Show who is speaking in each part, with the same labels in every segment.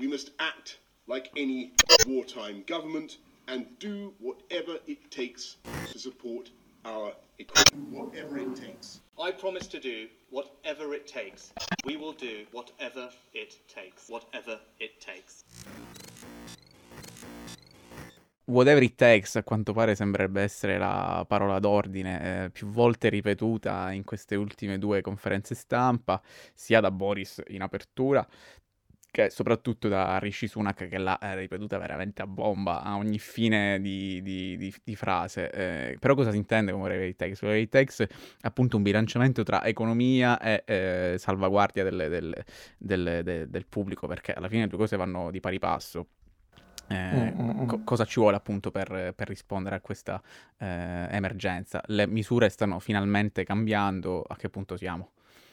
Speaker 1: we must act like any wartime government and do whatever it takes to support our economy. Whatever it takes.
Speaker 2: I promise to do whatever it takes. We will do whatever it takes. Whatever it takes.
Speaker 3: Whatever it takes, a quanto pare sembrerebbe essere la parola d'ordine più volte ripetuta in queste ultime 2 conferenze stampa, sia da Boris in apertura, che soprattutto da Rishi Sunak, che l'ha ripetuta veramente a bomba a ogni fine di frase. Però cosa si intende con whatever it takes? Whatever it takes è appunto un bilanciamento tra economia e salvaguardia del pubblico, perché alla fine le 2 cose vanno di pari passo. Cosa ci vuole appunto per rispondere a questa emergenza? Le misure stanno finalmente cambiando, a che punto siamo?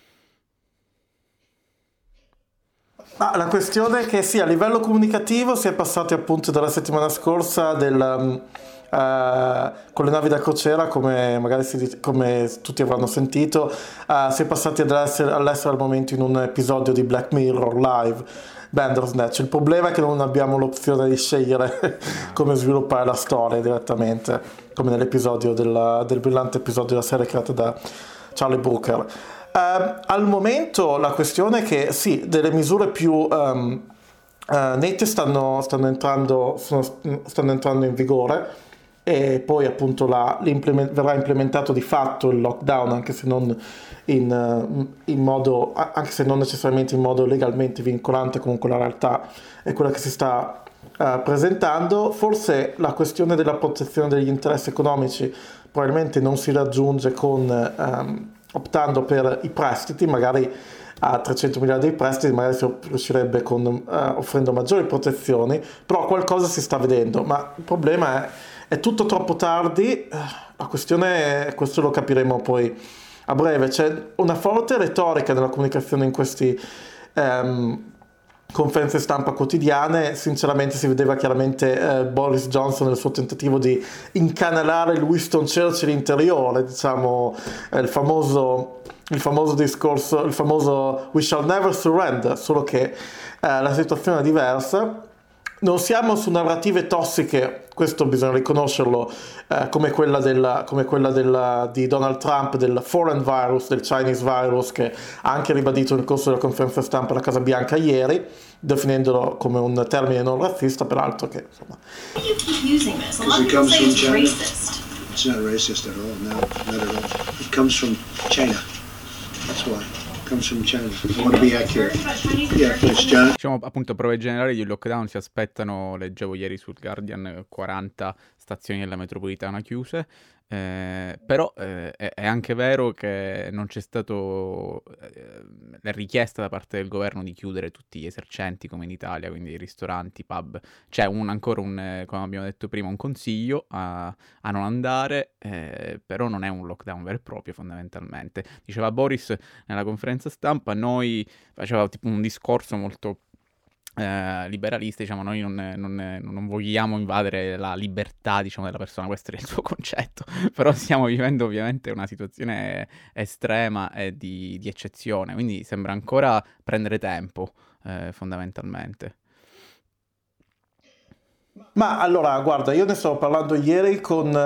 Speaker 4: Ma la questione è che sì, a livello comunicativo si è passati appunto dalla settimana scorsa con le navi da crociera, come magari come tutti avranno sentito, si è passati all'essere al momento in un episodio di Black Mirror Live, Bandersnatch. Il problema è che non abbiamo l'opzione di scegliere come sviluppare la storia direttamente, come nell'episodio del brillante episodio della serie creata da Charlie Brooker. Al momento la questione è che sì, delle misure più nette stanno entrando in vigore, e poi appunto verrà implementato di fatto il lockdown, anche se non anche se non necessariamente in modo legalmente vincolante. Comunque la realtà è quella che si sta presentando. Forse la questione della protezione degli interessi economici probabilmente non si raggiunge optando per i prestiti, magari a 300 miliardi di prestiti, magari si riuscirebbe offrendo maggiori protezioni, però qualcosa si sta vedendo. Ma il problema è tutto troppo tardi. La questione è, questo lo capiremo poi a breve, c'è una forte retorica nella comunicazione in questi conferenze stampa quotidiane. Sinceramente si vedeva chiaramente Boris Johnson nel suo tentativo di incanalare il Winston Churchill interiore, diciamo, il famoso discorso, il famoso "We shall never surrender", solo che la situazione è diversa. Non siamo su narrative tossiche, questo bisogna riconoscerlo, come quella di Donald Trump, del foreign virus, del Chinese virus, che ha anche ribadito nel corso della conferenza stampa alla Casa Bianca ieri, definendolo come un termine non razzista, peraltro che insomma...
Speaker 5: It comes from China. It's not racist at all, no, not at all. It comes from China. That's why. Comes from China. I want to be accurate. Yeah, it's China.
Speaker 3: Diciamo appunto prove generali di lockdown si aspettano, leggevo ieri sul Guardian, 40 stazioni della metropolitana chiuse, però è anche vero che non c'è stato la richiesta da parte del governo di chiudere tutti gli esercenti come in Italia, quindi ristoranti, pub. C'è ancora come abbiamo detto prima, un consiglio a non andare, però non è un lockdown vero e proprio fondamentalmente. Diceva Boris nella conferenza stampa, noi faceva tipo un discorso molto liberalista, diciamo, noi non vogliamo invadere la libertà, diciamo, della persona, questo è il suo concetto, però stiamo vivendo ovviamente una situazione estrema e di eccezione, quindi sembra ancora prendere tempo, fondamentalmente.
Speaker 4: Ma allora, guarda, io ne stavo parlando ieri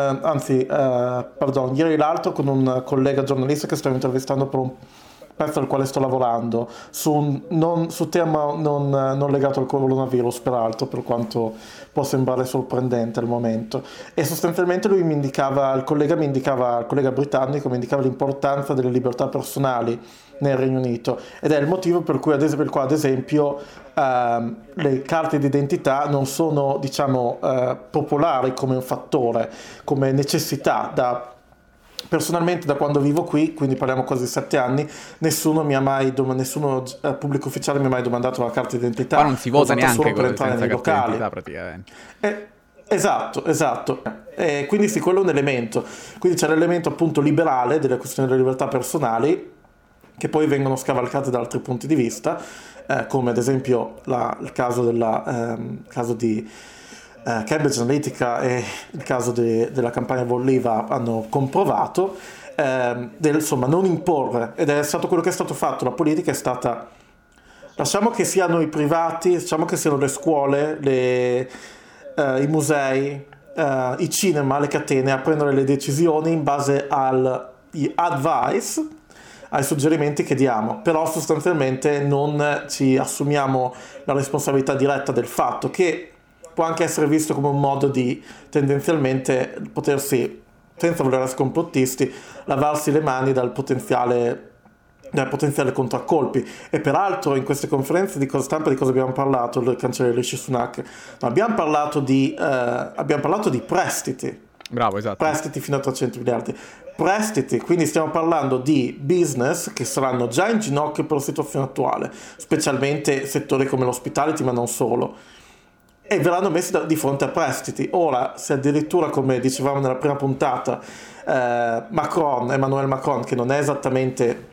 Speaker 4: ieri l'altro con un collega giornalista che stavo intervistando per un pezzo al quale sto lavorando, su tema non legato al coronavirus, peraltro, per quanto può sembrare sorprendente al momento. E sostanzialmente il collega britannico mi indicava l'importanza delle libertà personali nel Regno Unito, ed è il motivo per cui ad esempio le carte d'identità non sono, diciamo, popolari come un fattore, come necessità. Personalmente, da quando vivo qui, quindi parliamo quasi 7 anni, nessuno pubblico ufficiale mi ha mai domandato la carta d'identità.
Speaker 3: Ma non si vota neanche
Speaker 4: per entrare nei locali,
Speaker 3: praticamente.
Speaker 4: Esatto. Quindi sì, quello è un elemento. Quindi c'è l'elemento appunto liberale delle questioni delle libertà personali, che poi vengono scavalcate da altri punti di vista, come ad esempio il caso di Cambridge Analytica e il caso della campagna Volliva hanno comprovato, insomma, non imporre, ed è stato quello che è stato fatto. La politica è stata lasciamo che siano i privati, lasciamo che siano le scuole, i musei, i cinema, le catene a prendere le decisioni in base agli advice, ai suggerimenti che diamo, però sostanzialmente non ci assumiamo la responsabilità diretta del fatto, che può anche essere visto come un modo di tendenzialmente potersi, senza voler essere complottisti, lavarsi le mani dal potenziale contraccolpi. E peraltro in queste conferenze di stampa di cosa abbiamo parlato, il cancelliere Rishi Sunak? Abbiamo parlato di prestiti.
Speaker 3: Bravo, esatto.
Speaker 4: Prestiti fino a 300 miliardi. Prestiti, quindi stiamo parlando di business che saranno già in ginocchio per la situazione attuale, specialmente settori come l'hospitality, ma non solo. E verranno messi di fronte a prestiti. Ora, se addirittura, come dicevamo nella prima puntata, Emmanuel Macron, che non è esattamente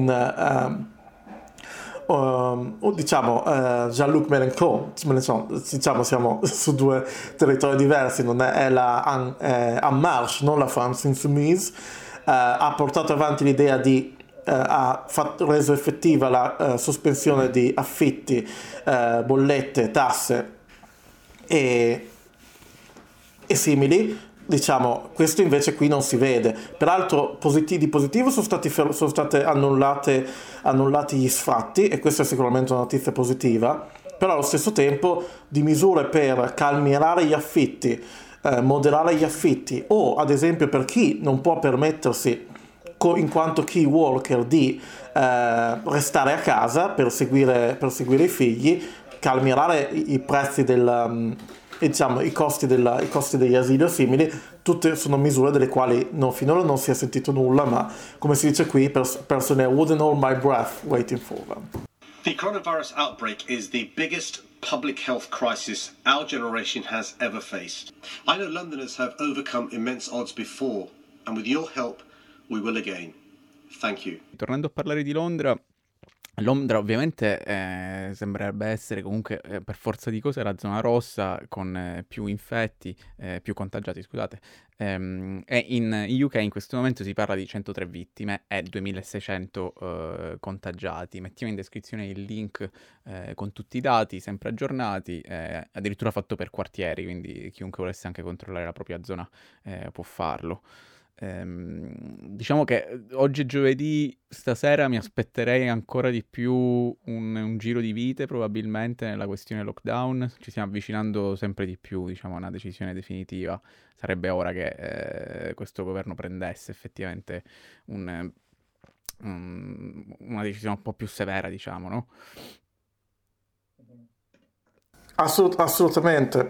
Speaker 4: Jean-Luc Mélenchon, diciamo siamo su due territori diversi, non è la En Marche, non la France Insoumise, ha portato avanti l'idea ha reso effettiva la sospensione di affitti, bollette, tasse e simili. Diciamo, questo invece qui non si vede. Peraltro di positivo sono stati annullati gli sfratti, e questa è sicuramente una notizia positiva, però allo stesso tempo di misure per calmierare gli affitti, moderare gli affitti, o ad esempio per chi non può permettersi in quanto key worker di restare a casa per seguire i figli, calmierare i prezzi i costi degli asili o simili. Tutte sono misure delle quali finora non si è sentito nulla, ma come si dice qui, personally I wouldn't hold my breath waiting for them.
Speaker 6: The coronavirus outbreak is the biggest public health crisis our generation has ever faced. I know Londoners have overcome immense odds before, and with your help we will again. Thank you.
Speaker 3: Tornando a parlare di Londra ovviamente sembrerebbe essere comunque per forza di cose la zona rossa con più infetti, più contagiati, scusate, e in UK in questo momento si parla di 103 vittime e 2600 contagiati. Mettiamo in descrizione il link con tutti i dati sempre aggiornati, addirittura fatto per quartieri, quindi chiunque volesse anche controllare la propria zona può farlo. Diciamo che oggi è giovedì, stasera mi aspetterei ancora di più un giro di vite probabilmente nella questione lockdown. Ci stiamo avvicinando sempre di più, diciamo, a una decisione definitiva. Sarebbe ora che questo governo prendesse effettivamente una decisione un po' più severa, diciamo, no?
Speaker 4: Assolutamente.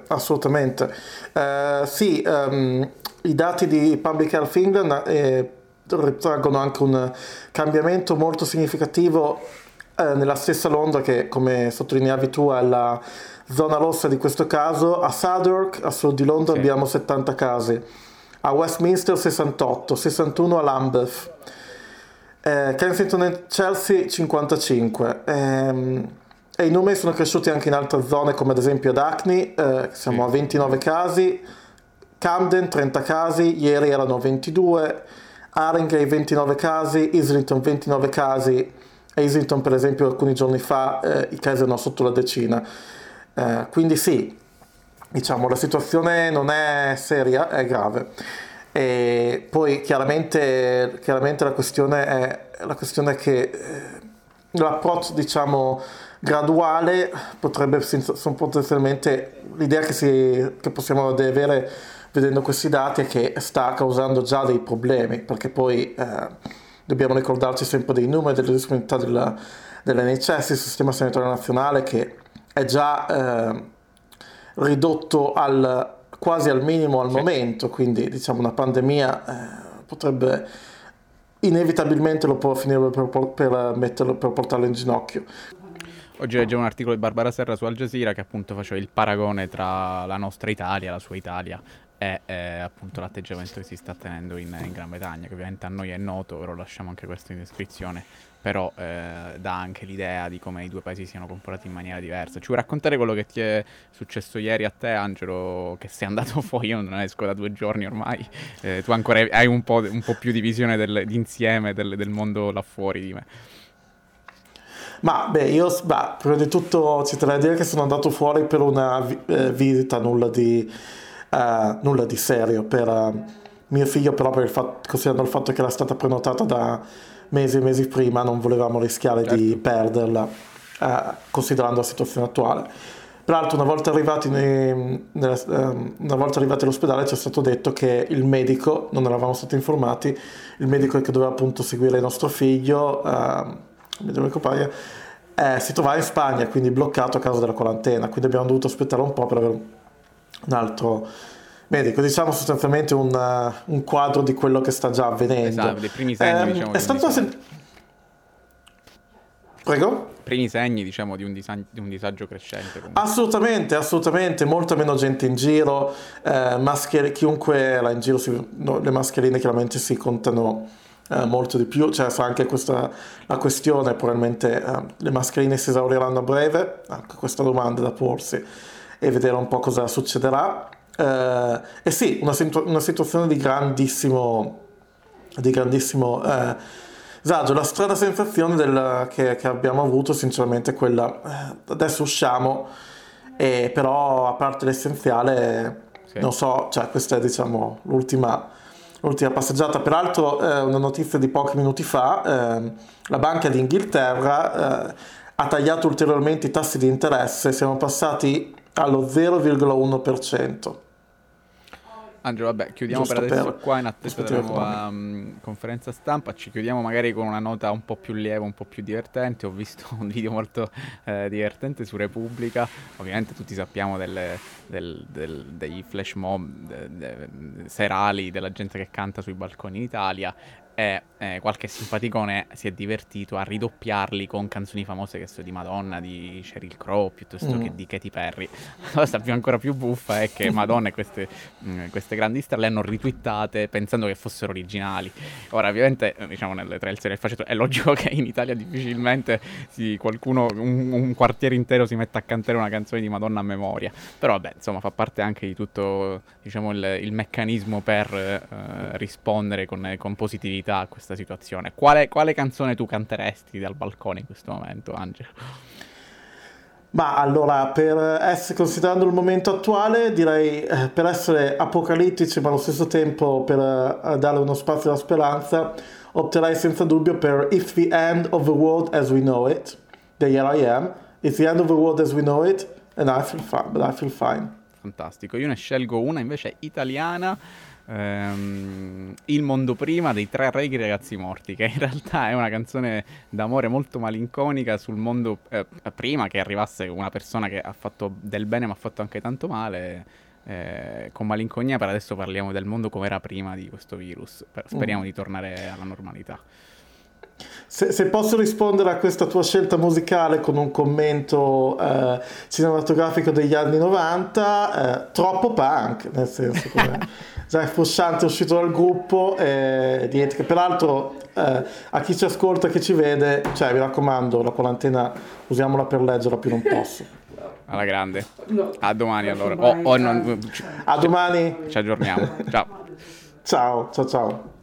Speaker 4: Sì, i dati di Public Health England ritraggono anche un cambiamento molto significativo nella stessa Londra, che come sottolineavi tu è la zona rossa di questo caso. A Southwark, a sud di Londra, sì, abbiamo 70 casi, a Westminster 68, 61 a Lambeth, Kensington e Chelsea 55, e i numeri sono cresciuti anche in altre zone, come ad esempio ad Hackney, siamo a 29 casi, Camden 30 casi, ieri erano 22, Haringey 29 casi, Islington 29 casi, e Islington per esempio alcuni giorni fa i casi erano sotto la decina. Quindi sì, diciamo la situazione non è seria, è grave. E poi chiaramente la questione è che l'approccio, diciamo, graduale potrebbe, sono potenzialmente, l'idea che possiamo avere vedendo questi dati è che sta causando già dei problemi, perché poi dobbiamo ricordarci sempre dei numeri, delle disponibilità dell'NHS, il sistema sanitario nazionale, che è già ridotto quasi al minimo al momento, quindi diciamo una pandemia potrebbe inevitabilmente lo può finire per portarlo in ginocchio.
Speaker 3: Oggi leggevo un articolo di Barbara Serra su Al Jazeera che appunto faceva il paragone tra la nostra Italia, la sua Italia e appunto l'atteggiamento che si sta tenendo in Gran Bretagna, che ovviamente a noi è noto, ve lo lasciamo anche questo in descrizione, però dà anche l'idea di come i due paesi siano comportati in maniera diversa. Ci vuoi raccontare quello che ti è successo ieri a te, Angelo, che sei andato fuori? Io non esco da 2 giorni ormai, tu ancora hai un po' più di visione d'insieme del mondo là fuori di me.
Speaker 4: Ma beh, prima di tutto ci terrei a dire che sono andato fuori per una visita, nulla di serio, per mio figlio, però considerando il fatto che era stata prenotata da mesi e mesi prima, non volevamo rischiare di perderla, considerando la situazione attuale. Peraltro, una volta arrivati all'ospedale ci è stato detto che il medico, non eravamo stati informati, il medico che doveva appunto seguire il nostro figlio, mio compagno, si trovava in Spagna, quindi bloccato a causa della quarantena, quindi abbiamo dovuto aspettare un po' per avere un altro medico. Diciamo sostanzialmente un quadro di quello che sta già avvenendo.
Speaker 3: Esatto, dei primi segni, diciamo.
Speaker 4: È stato Prego?
Speaker 3: Primi segni, diciamo, di un disagio crescente. Comunque.
Speaker 4: Assolutamente, molta meno gente in giro, chiunque là in giro, le mascherine chiaramente si contano molto di più, cioè fa anche questa la questione, probabilmente le mascherine si esauriranno a breve, anche questa domanda da porsi e vedere un po' cosa succederà. E sì, una situazione di grandissimo disagio. La strana sensazione che abbiamo avuto sinceramente è quella, adesso usciamo, però a parte l'essenziale, sì. Non so, cioè questa è diciamo l'ultima passeggiata. Peraltro una notizia di pochi minuti fa, la Banca d'Inghilterra ha tagliato ulteriormente i tassi di interesse, siamo passati allo 0,1%.
Speaker 3: Angelo, vabbè, chiudiamo
Speaker 4: Giusto
Speaker 3: per adesso qua in attesa della nuova conferenza stampa. Ci chiudiamo magari con una nota un po' più lieve, un po' più divertente. Ho visto un video molto divertente su Repubblica. Ovviamente tutti sappiamo dei flash mob serali della gente che canta sui balconi in Italia. E qualche simpaticone si è divertito a ridoppiarli con canzoni famose che so di Madonna, di Sheryl Crow, piuttosto che di Katy Perry. La cosa ancora più buffa è che Madonna e queste grandi star le hanno ritwittate pensando che fossero originali. Ora ovviamente diciamo tra il serio e il faceto è logico che in Italia difficilmente qualcuno, un quartiere intero si metta a cantare una canzone di Madonna a memoria, però vabbè, insomma, fa parte anche di tutto, diciamo, il meccanismo per rispondere con positività a questa situazione. Quale canzone tu canteresti dal balcone in questo momento, Angelo?
Speaker 4: Ma allora, considerando il momento attuale, direi per essere apocalittici ma allo stesso tempo per dare uno spazio alla speranza, opterei senza dubbio per It's the End of the World as We Know It, the Here I Am. It's the End of the World as We Know It and I feel fine.
Speaker 3: Fantastico, io ne scelgo una invece italiana, Il mondo prima dei Tre Re i Ragazzi Morti, che in realtà è una canzone d'amore molto malinconica sul mondo prima che arrivasse una persona che ha fatto del bene ma ha fatto anche tanto male, con malinconia. Per adesso parliamo del mondo come era prima di questo virus, speriamo di tornare alla normalità.
Speaker 4: Se posso rispondere a questa tua scelta musicale con un commento cinematografico degli anni 90, troppo punk, nel senso come Zach Frusciante è uscito dal gruppo e niente, che peraltro a chi ci ascolta, che ci vede, cioè vi raccomando, la quarantena usiamola per leggerla più non posso.
Speaker 3: Alla grande, a domani allora,
Speaker 4: a domani,
Speaker 3: ci aggiorniamo, ciao.
Speaker 4: ciao.